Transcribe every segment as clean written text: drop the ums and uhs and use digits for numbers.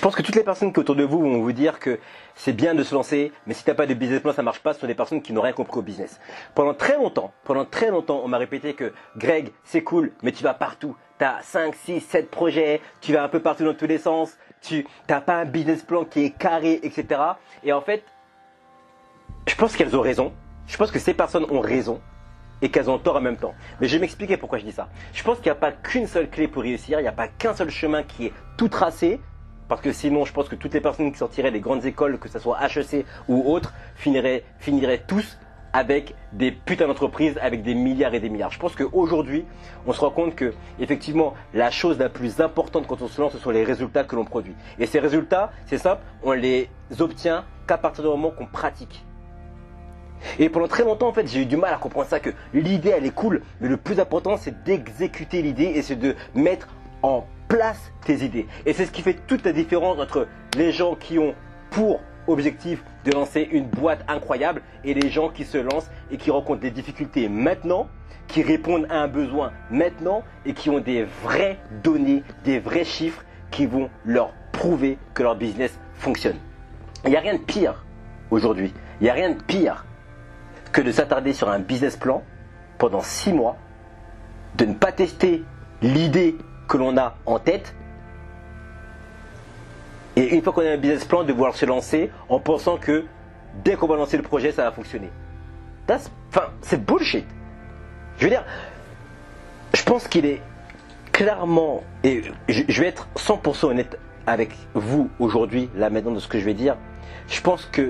pense que toutes les personnes qui autour de vous vont vous dire que c'est bien de se lancer, mais si tu n'as pas de business plan, ça ne marche pas. Ce sont des personnes qui n'ont rien compris au business. Pendant très longtemps, on m'a répété que Greg, c'est cool, mais tu vas partout. Tu as 5, 6, 7 projets, tu vas un peu partout dans tous les sens, tu n'as pas un business plan qui est carré, etc. Et en fait, je pense qu'elles ont raison. Je pense que ces personnes ont raison et qu'elles ont tort en même temps. Mais je vais m'expliquer pourquoi je dis ça. Je pense qu'il n'y a pas qu'une seule clé pour réussir, il n'y a pas qu'un seul chemin qui est tout tracé. Parce que sinon, je pense que toutes les personnes qui sortiraient des grandes écoles, que ce soit HEC ou autres, finiraient tous avec des putains d'entreprises, avec des milliards et des milliards. Je pense qu'aujourd'hui, on se rend compte que, effectivement, la chose la plus importante quand on se lance, ce sont les résultats que l'on produit. Et ces résultats, c'est simple, on les obtient qu'à partir du moment qu'on pratique. Et pendant très longtemps, en fait, j'ai eu du mal à comprendre ça, que l'idée, elle est cool, mais le plus important, c'est d'exécuter l'idée et c'est de mettre en place tes idées. Et c'est ce qui fait toute la différence entre les gens qui ont pour objectif de lancer une boîte incroyable et les gens qui se lancent et qui rencontrent des difficultés maintenant, qui répondent à un besoin maintenant et qui ont des vraies données, des vrais chiffres qui vont leur prouver que leur business fonctionne. Il n'y a rien de pire aujourd'hui, il n'y a rien de pire que de s'attarder sur un business plan pendant 6 mois, de ne pas tester l'idée que l'on a en tête, et une fois qu'on a un business plan, de vouloir se lancer en pensant que dès qu'on va lancer le projet, ça va fonctionner. C'est bullshit. Je veux dire, je pense qu'il est clairement, et je vais être 100% honnête avec vous aujourd'hui, là maintenant, de ce que je vais dire. Je pense que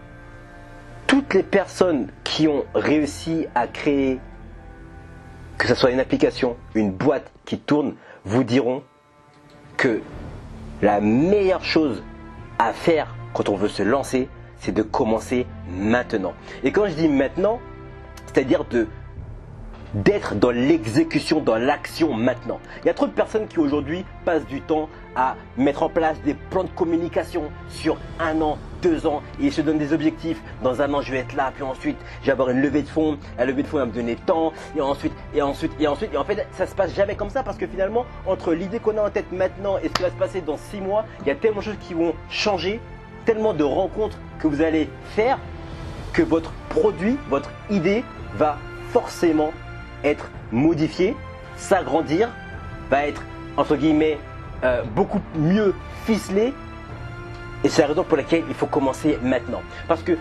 toutes les personnes qui ont réussi à créer, que ce soit une application, une boîte qui tourne, vous diront que la meilleure chose à faire quand on veut se lancer, c'est de commencer maintenant. Et quand je dis maintenant, c'est-à-dire d'être dans l'exécution, dans l'action maintenant. Il y a trop de personnes qui aujourd'hui passent du temps à mettre en place des plans de communication sur 1 an, 2 ans, et ils se donnent des objectifs. Dans 1 an, je vais être là, puis ensuite, je vais avoir une levée de fonds. La levée de fonds va me donner tant, et ensuite. Et en fait, ça se passe jamais comme ça parce que finalement, entre l'idée qu'on a en tête maintenant et ce qui va se passer dans 6 mois, il y a tellement de choses qui vont changer, tellement de rencontres que vous allez faire que votre produit, votre idée va forcément être modifié, s'agrandir, va être entre guillemets beaucoup mieux ficelé, et c'est la raison pour laquelle il faut commencer maintenant. Parce que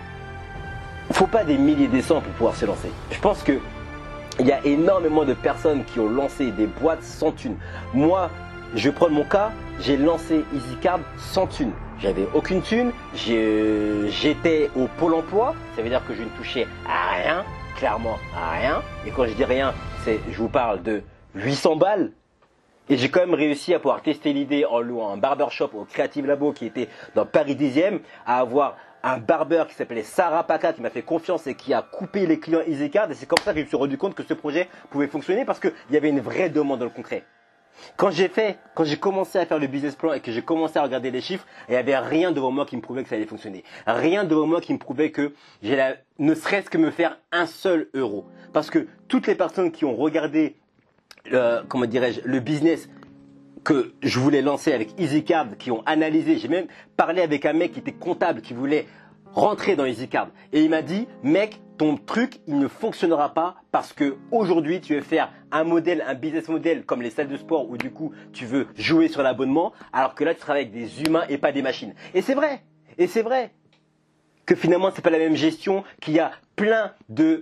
faut pas des milliers des cents pour pouvoir se lancer. Je pense que il y a énormément de personnes qui ont lancé des boîtes sans thune. Moi, je vais prendre mon cas, j'ai lancé EasyCard sans thune. J'avais aucune thune, j'étais au Pôle emploi, ça veut dire que je ne touchais à rien. Clairement à rien, et quand je dis rien, je vous parle de 800 balles, et j'ai quand même réussi à pouvoir tester l'idée en louant un barbershop au Creative Labo qui était dans Paris 10e, à avoir un barbeur qui s'appelait Sarah Paca qui m'a fait confiance et qui a coupé les clients EasyCard, et c'est comme ça que je me suis rendu compte que ce projet pouvait fonctionner parce qu'il y avait une vraie demande dans le concret. Quand j'ai commencé à faire le business plan et que j'ai commencé à regarder les chiffres, il n'y avait rien devant moi qui me prouvait que ça allait fonctionner. Rien devant moi qui me prouvait que ne serait-ce que me faire 1 seul euro. Parce que toutes les personnes qui ont regardé, le business que je voulais lancer avec EasyCard, qui ont analysé, j'ai même parlé avec un mec qui était comptable, qui voulait rentrer dans EasyCard. Et il m'a dit, mec, ton truc, il ne fonctionnera pas parce que aujourd'hui, tu veux faire un business model comme les salles de sport où du coup, tu veux jouer sur l'abonnement, alors que là, tu travailles avec des humains et pas des machines. Et c'est vrai. Et c'est vrai que finalement, c'est pas la même gestion, qu'il y a plein de,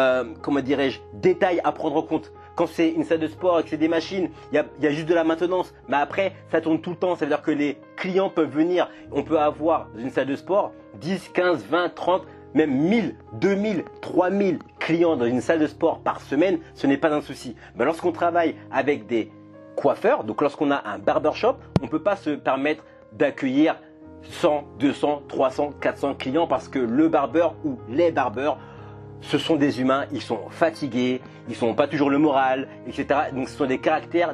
détails à prendre en compte. Quand c'est une salle de sport et que c'est des machines, il y a juste de la maintenance. Mais après, ça tourne tout le temps. Ça veut dire que les clients peuvent venir. On peut avoir dans une salle de sport 10, 15, 20, 30, même 1000, 2000, 3000 clients dans une salle de sport par semaine. Ce n'est pas un souci. Mais lorsqu'on travaille avec des coiffeurs, donc lorsqu'on a un barbershop, on ne peut pas se permettre d'accueillir 100, 200, 300, 400 clients parce que le barbeur ou les barbeurs, ce sont des humains, ils sont fatigués, ils n'ont pas toujours le moral, etc. Donc ce sont des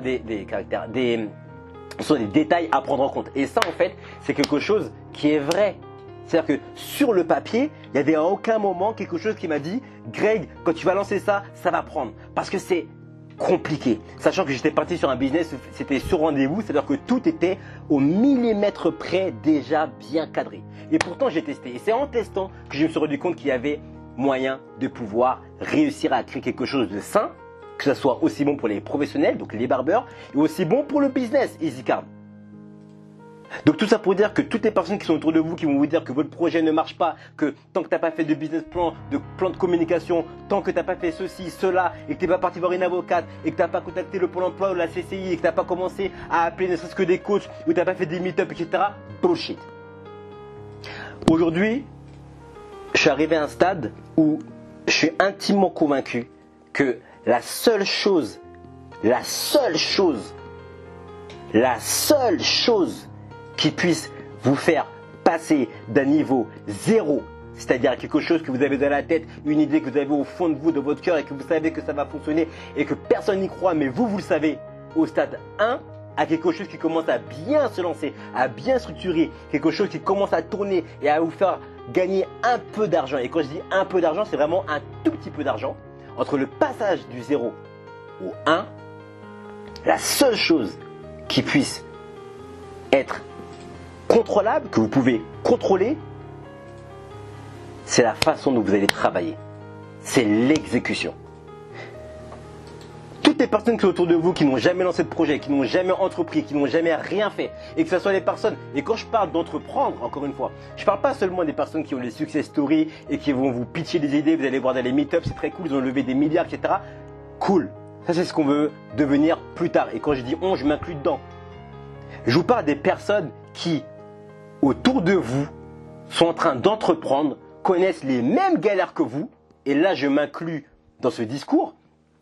ce sont des détails à prendre en compte. Et ça, en fait, c'est quelque chose qui est vrai. C'est-à-dire que sur le papier, il n'y avait à aucun moment quelque chose qui m'a dit « Greg, quand tu vas lancer ça, ça va prendre. » Parce que c'est compliqué. Sachant que j'étais parti sur un business, c'était sur rendez-vous, c'est-à-dire que tout était au millimètre près déjà bien cadré. Et pourtant, j'ai testé. Et c'est en testant que je me suis rendu compte qu'il y avait moyen de pouvoir réussir à créer quelque chose de sain, que ce soit aussi bon pour les professionnels, donc les barbeurs, et aussi bon pour le business, EasyCard. Donc tout ça pour dire que toutes les personnes qui sont autour de vous, qui vont vous dire que votre projet ne marche pas, que tant que tu n'as pas fait de business plan, de plan de communication, tant que tu n'as pas fait ceci, cela, et que tu n'es pas parti voir une avocate, et que tu n'as pas contacté le Pôle emploi ou la CCI, et que tu n'as pas commencé à appeler ne serait-ce que des coachs, ou tu n'as pas fait des meet-ups, etc. Bullshit. Aujourd'hui, je suis arrivé à un stade où je suis intimement convaincu que la seule chose qui puisse vous faire passer d'un niveau 0, c'est-à-dire quelque chose que vous avez dans la tête, une idée que vous avez au fond de vous, de votre cœur et que vous savez que ça va fonctionner et que personne n'y croit, mais vous le savez, au stade 1, à quelque chose qui commence à bien se lancer, à bien structurer, quelque chose qui commence à tourner et à vous faire gagner un peu d'argent. Et quand je dis un peu d'argent, c'est vraiment un tout petit peu d'argent. Entre le passage du 0 au 1, la seule chose qui puisse être contrôlable, que vous pouvez contrôler, c'est la façon dont vous allez travailler. C'est l'exécution. Toutes les personnes qui sont autour de vous, qui n'ont jamais lancé de projet, qui n'ont jamais entrepris, qui n'ont jamais rien fait, et que ce soit les personnes, et quand je parle d'entreprendre, encore une fois, je ne parle pas seulement des personnes qui ont des success stories et qui vont vous pitcher des idées, vous allez voir dans les meet-ups, c'est très cool, ils ont levé des milliards, etc. Cool. Ça, c'est ce qu'on veut devenir plus tard. Et quand je dis on, je m'inclus dedans. Je vous parle des personnes qui, autour de vous, sont en train d'entreprendre, connaissent les mêmes galères que vous, et là, je m'inclus dans ce discours,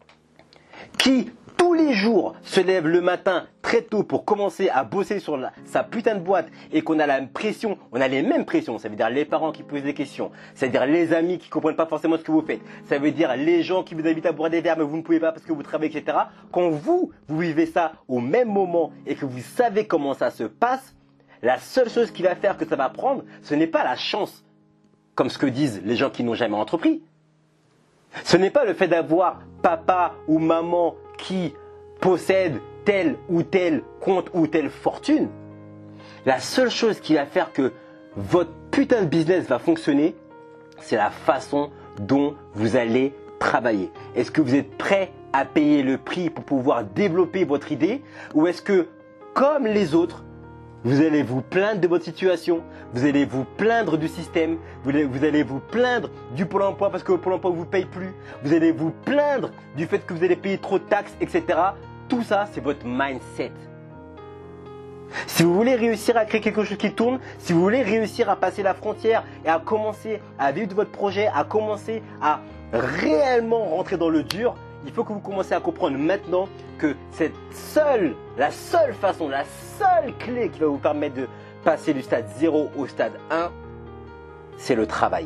qui tous les jours se lève le matin très tôt pour commencer à bosser sur sa putain de boîte et qu'on a la pression, on a les mêmes pressions, ça veut dire les parents qui posent des questions, ça veut dire les amis qui ne comprennent pas forcément ce que vous faites, ça veut dire les gens qui vous invitent à boire des verres mais vous ne pouvez pas parce que vous travaillez, etc. Quand vous vivez ça au même moment et que vous savez comment ça se passe, la seule chose qui va faire que ça va prendre, ce n'est pas la chance, comme ce que disent les gens qui n'ont jamais entrepris. Ce n'est pas le fait d'avoir papa ou maman qui possède tel ou tel compte ou telle fortune. La seule chose qui va faire que votre putain de business va fonctionner, c'est la façon dont vous allez travailler. Est-ce que vous êtes prêt à payer le prix pour pouvoir développer votre idée, ou est-ce que, comme les autres, vous allez vous plaindre de votre situation, vous allez vous plaindre du système, vous allez vous plaindre du Pôle emploi parce que le Pôle emploi ne vous paye plus, vous allez vous plaindre du fait que vous allez payer trop de taxes, etc. Tout ça, c'est votre mindset. Si vous voulez réussir à créer quelque chose qui tourne, si vous voulez réussir à passer la frontière et à commencer à vivre de votre projet, à commencer à réellement rentrer dans le dur, il faut que vous commenciez à comprendre maintenant que la seule façon, la seule clé qui va vous permettre de passer du stade 0 au stade 1, c'est le travail.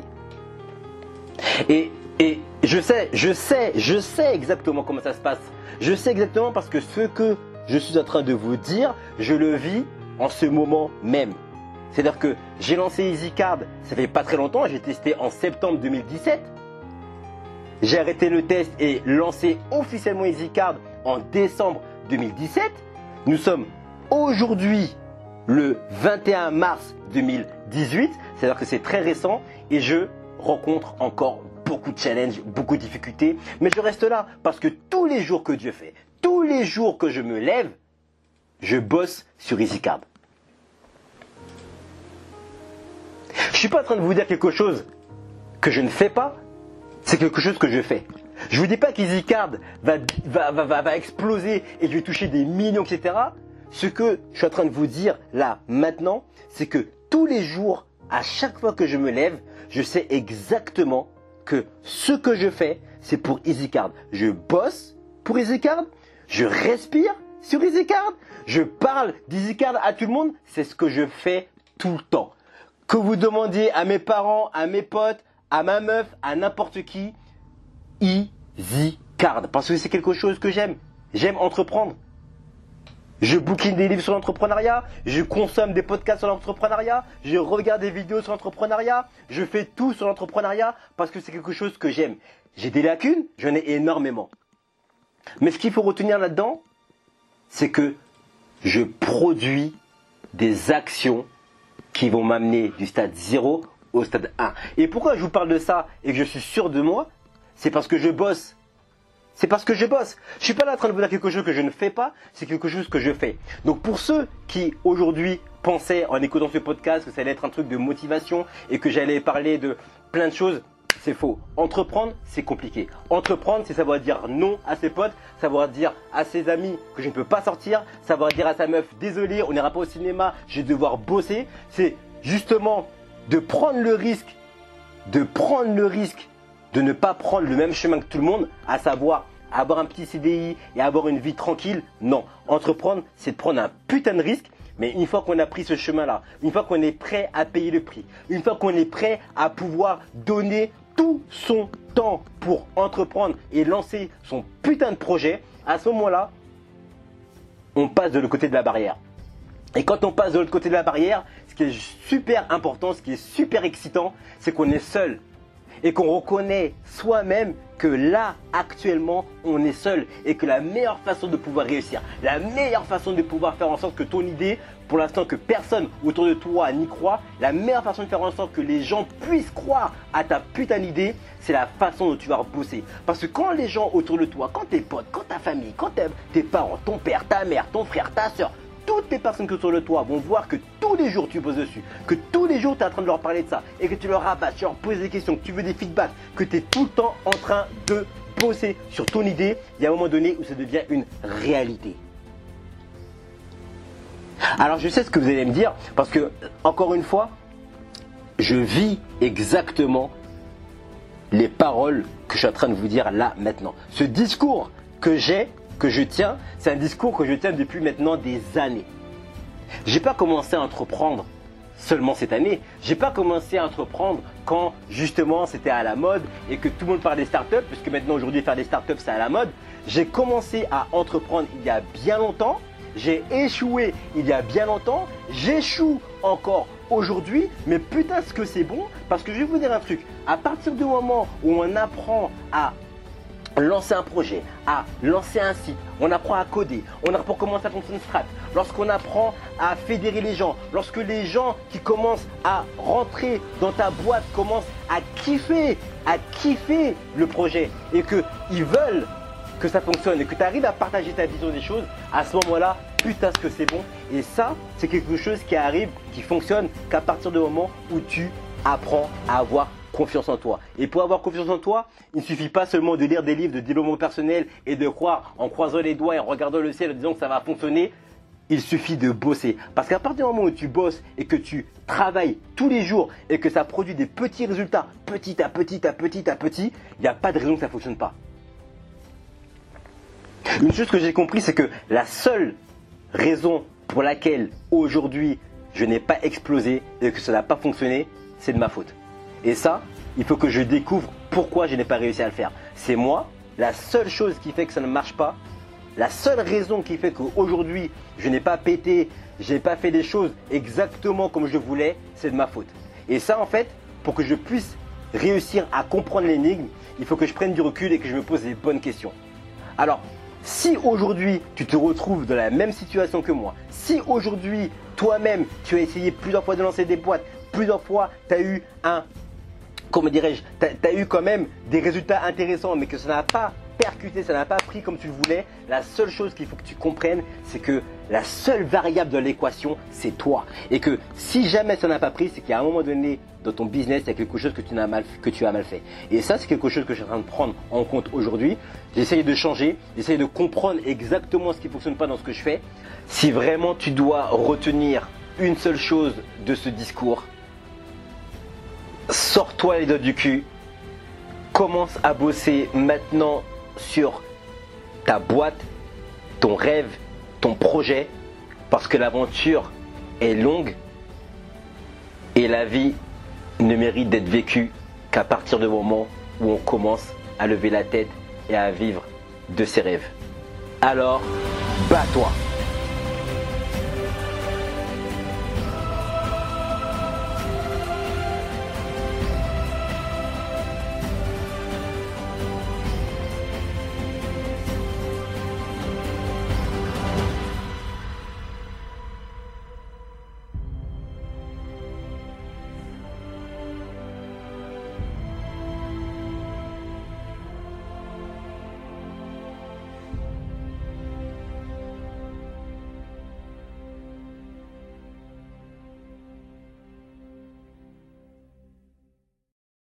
Et je sais exactement comment ça se passe. Je sais exactement parce que ce que je suis en train de vous dire, je le vis en ce moment même. C'est-à-dire que j'ai lancé EasyCard, ça fait pas très longtemps, j'ai testé en septembre 2017. J'ai arrêté le test et lancé officiellement EasyCard en décembre 2017. Nous sommes aujourd'hui le 21 mars 2018, c'est-à-dire que c'est très récent et je rencontre encore beaucoup de challenges, beaucoup de difficultés, mais je reste là parce que tous les jours que Dieu fait, tous les jours que je me lève, je bosse sur EasyCard. Je ne suis pas en train de vous dire quelque chose que je ne fais pas, c'est quelque chose que je fais. Je ne vous dis pas qu'EasyCard va exploser et je vais toucher des millions, etc. Ce que je suis en train de vous dire là, maintenant, c'est que tous les jours, à chaque fois que je me lève, je sais exactement que ce que je fais, c'est pour EasyCard. Je bosse pour EasyCard, je respire sur EasyCard, je parle d'EasyCard à tout le monde, c'est ce que je fais tout le temps. Que vous demandiez à mes parents, à mes potes, à ma meuf, à n'importe qui, EasyCard. Parce que c'est quelque chose que j'aime. J'aime entreprendre. Je bookine des livres sur l'entrepreneuriat, je consomme des podcasts sur l'entrepreneuriat, je regarde des vidéos sur l'entrepreneuriat, je fais tout sur l'entrepreneuriat parce que c'est quelque chose que j'aime. J'ai des lacunes, j'en ai énormément. Mais ce qu'il faut retenir là-dedans, c'est que je produis des actions qui vont m'amener du stade 0 au stade 1. Et pourquoi je vous parle de ça et que je suis sûr de moi? C'est parce que je bosse. C'est parce que je bosse. Je suis pas là en train de vous dire quelque chose que je ne fais pas, c'est quelque chose que je fais. Donc pour ceux qui aujourd'hui pensaient en écoutant ce podcast que ça allait être un truc de motivation et que j'allais parler de plein de choses, c'est faux. Entreprendre, c'est compliqué. Entreprendre, c'est savoir dire non à ses potes, savoir dire à ses amis que je ne peux pas sortir, savoir dire à sa meuf, désolé, on n'ira pas au cinéma, je vais devoir bosser. C'est justement de prendre le risque, de ne pas prendre le même chemin que tout le monde, à savoir avoir un petit CDI et avoir une vie tranquille. Non, entreprendre, c'est de prendre un putain de risque. Mais une fois qu'on a pris ce chemin-là, une fois qu'on est prêt à payer le prix, une fois qu'on est prêt à pouvoir donner tout son temps pour entreprendre et lancer son putain de projet, à ce moment-là, on passe de l'autre côté de la barrière. Et quand on passe de l'autre côté de la barrière, ce qui est super important, ce qui est super excitant, c'est qu'on est seul. Et qu'on reconnaît soi-même que là, actuellement, on est seul. Et que la meilleure façon de pouvoir réussir, la meilleure façon de pouvoir faire en sorte que ton idée, pour l'instant que personne autour de toi n'y croit, la meilleure façon de faire en sorte que les gens puissent croire à ta putain d'idée, c'est la façon dont tu vas bosser. Parce que quand les gens autour de toi, quand tes potes, quand ta famille, quand tes parents, ton père, ta mère, ton frère, ta soeur, toutes les personnes qui sont autour de toi vont voir que tous les jours tu bosses dessus, que tous les jours tu es en train de leur parler de ça et que tu leur rabats, tu leur poses des questions, que tu veux des feedbacks, que tu es tout le temps en train de bosser sur ton idée, il y a un moment donné où ça devient une réalité. Alors je sais ce que vous allez me dire parce que, encore une fois, je vis exactement les paroles que je suis en train de vous dire là maintenant. Ce discours que je tiens, c'est un discours que je tiens depuis maintenant des années. J'ai pas commencé à entreprendre seulement cette année. J'ai pas commencé à entreprendre quand justement c'était à la mode et que tout le monde parle des startups, puisque maintenant aujourd'hui faire des startups c'est à la mode. J'ai commencé à entreprendre il y a bien longtemps. J'ai échoué il y a bien longtemps. J'échoue encore aujourd'hui, mais putain ce que c'est bon, parce que je vais vous dire un truc. À partir du moment où on apprend à lancer un projet, à lancer un site, on apprend à coder, on apprend comment ça fonctionne Strat, lorsqu'on apprend à fédérer les gens, lorsque les gens qui commencent à rentrer dans ta boîte commencent à kiffer le projet et qu'ils veulent que ça fonctionne et que tu arrives à partager ta vision des choses, à ce moment-là, putain ce que c'est bon. Et ça, c'est quelque chose qui arrive, qui fonctionne qu'à partir du moment où tu apprends à avoir confiance en toi. Et pour avoir confiance en toi, il ne suffit pas seulement de lire des livres de développement personnel et de croire en croisant les doigts et en regardant le ciel en disant que ça va fonctionner. Il suffit de bosser. Parce qu'à partir du moment où tu bosses et que tu travailles tous les jours et que ça produit des petits résultats, petit à petit, il n'y a pas de raison que ça ne fonctionne pas. Une chose que j'ai compris, c'est que la seule raison pour laquelle aujourd'hui je n'ai pas explosé et que ça n'a pas fonctionné, c'est de ma faute. Et ça, il faut que je découvre pourquoi je n'ai pas réussi à le faire. C'est moi, la seule chose qui fait que ça ne marche pas, la seule raison qui fait qu'aujourd'hui je n'ai pas pété, je n'ai pas fait des choses exactement comme je voulais, c'est de ma faute. Et ça en fait, pour que je puisse réussir à comprendre l'énigme, il faut que je prenne du recul et que je me pose les bonnes questions. Alors, si aujourd'hui tu te retrouves dans la même situation que moi, si aujourd'hui toi-même tu as essayé plusieurs fois de lancer des boîtes, plusieurs fois tu as eu t'as eu quand même des résultats intéressants mais que ça n'a pas percuté, ça n'a pas pris comme tu le voulais, la seule chose qu'il faut que tu comprennes, c'est que la seule variable de l'équation, c'est toi. Et que si jamais ça n'a pas pris, c'est qu'à un moment donné dans ton business, il y a quelque chose que tu as mal fait. Et ça, c'est quelque chose que je suis en train de prendre en compte aujourd'hui. J'essaye de changer, j'essaye de comprendre exactement ce qui ne fonctionne pas dans ce que je fais. Si vraiment tu dois retenir une seule chose de ce discours, sors-toi les doigts du cul, commence à bosser maintenant sur ta boîte, ton rêve, ton projet, parce que l'aventure est longue et la vie ne mérite d'être vécue qu'à partir du moment où on commence à lever la tête et à vivre de ses rêves. Alors, bats-toi!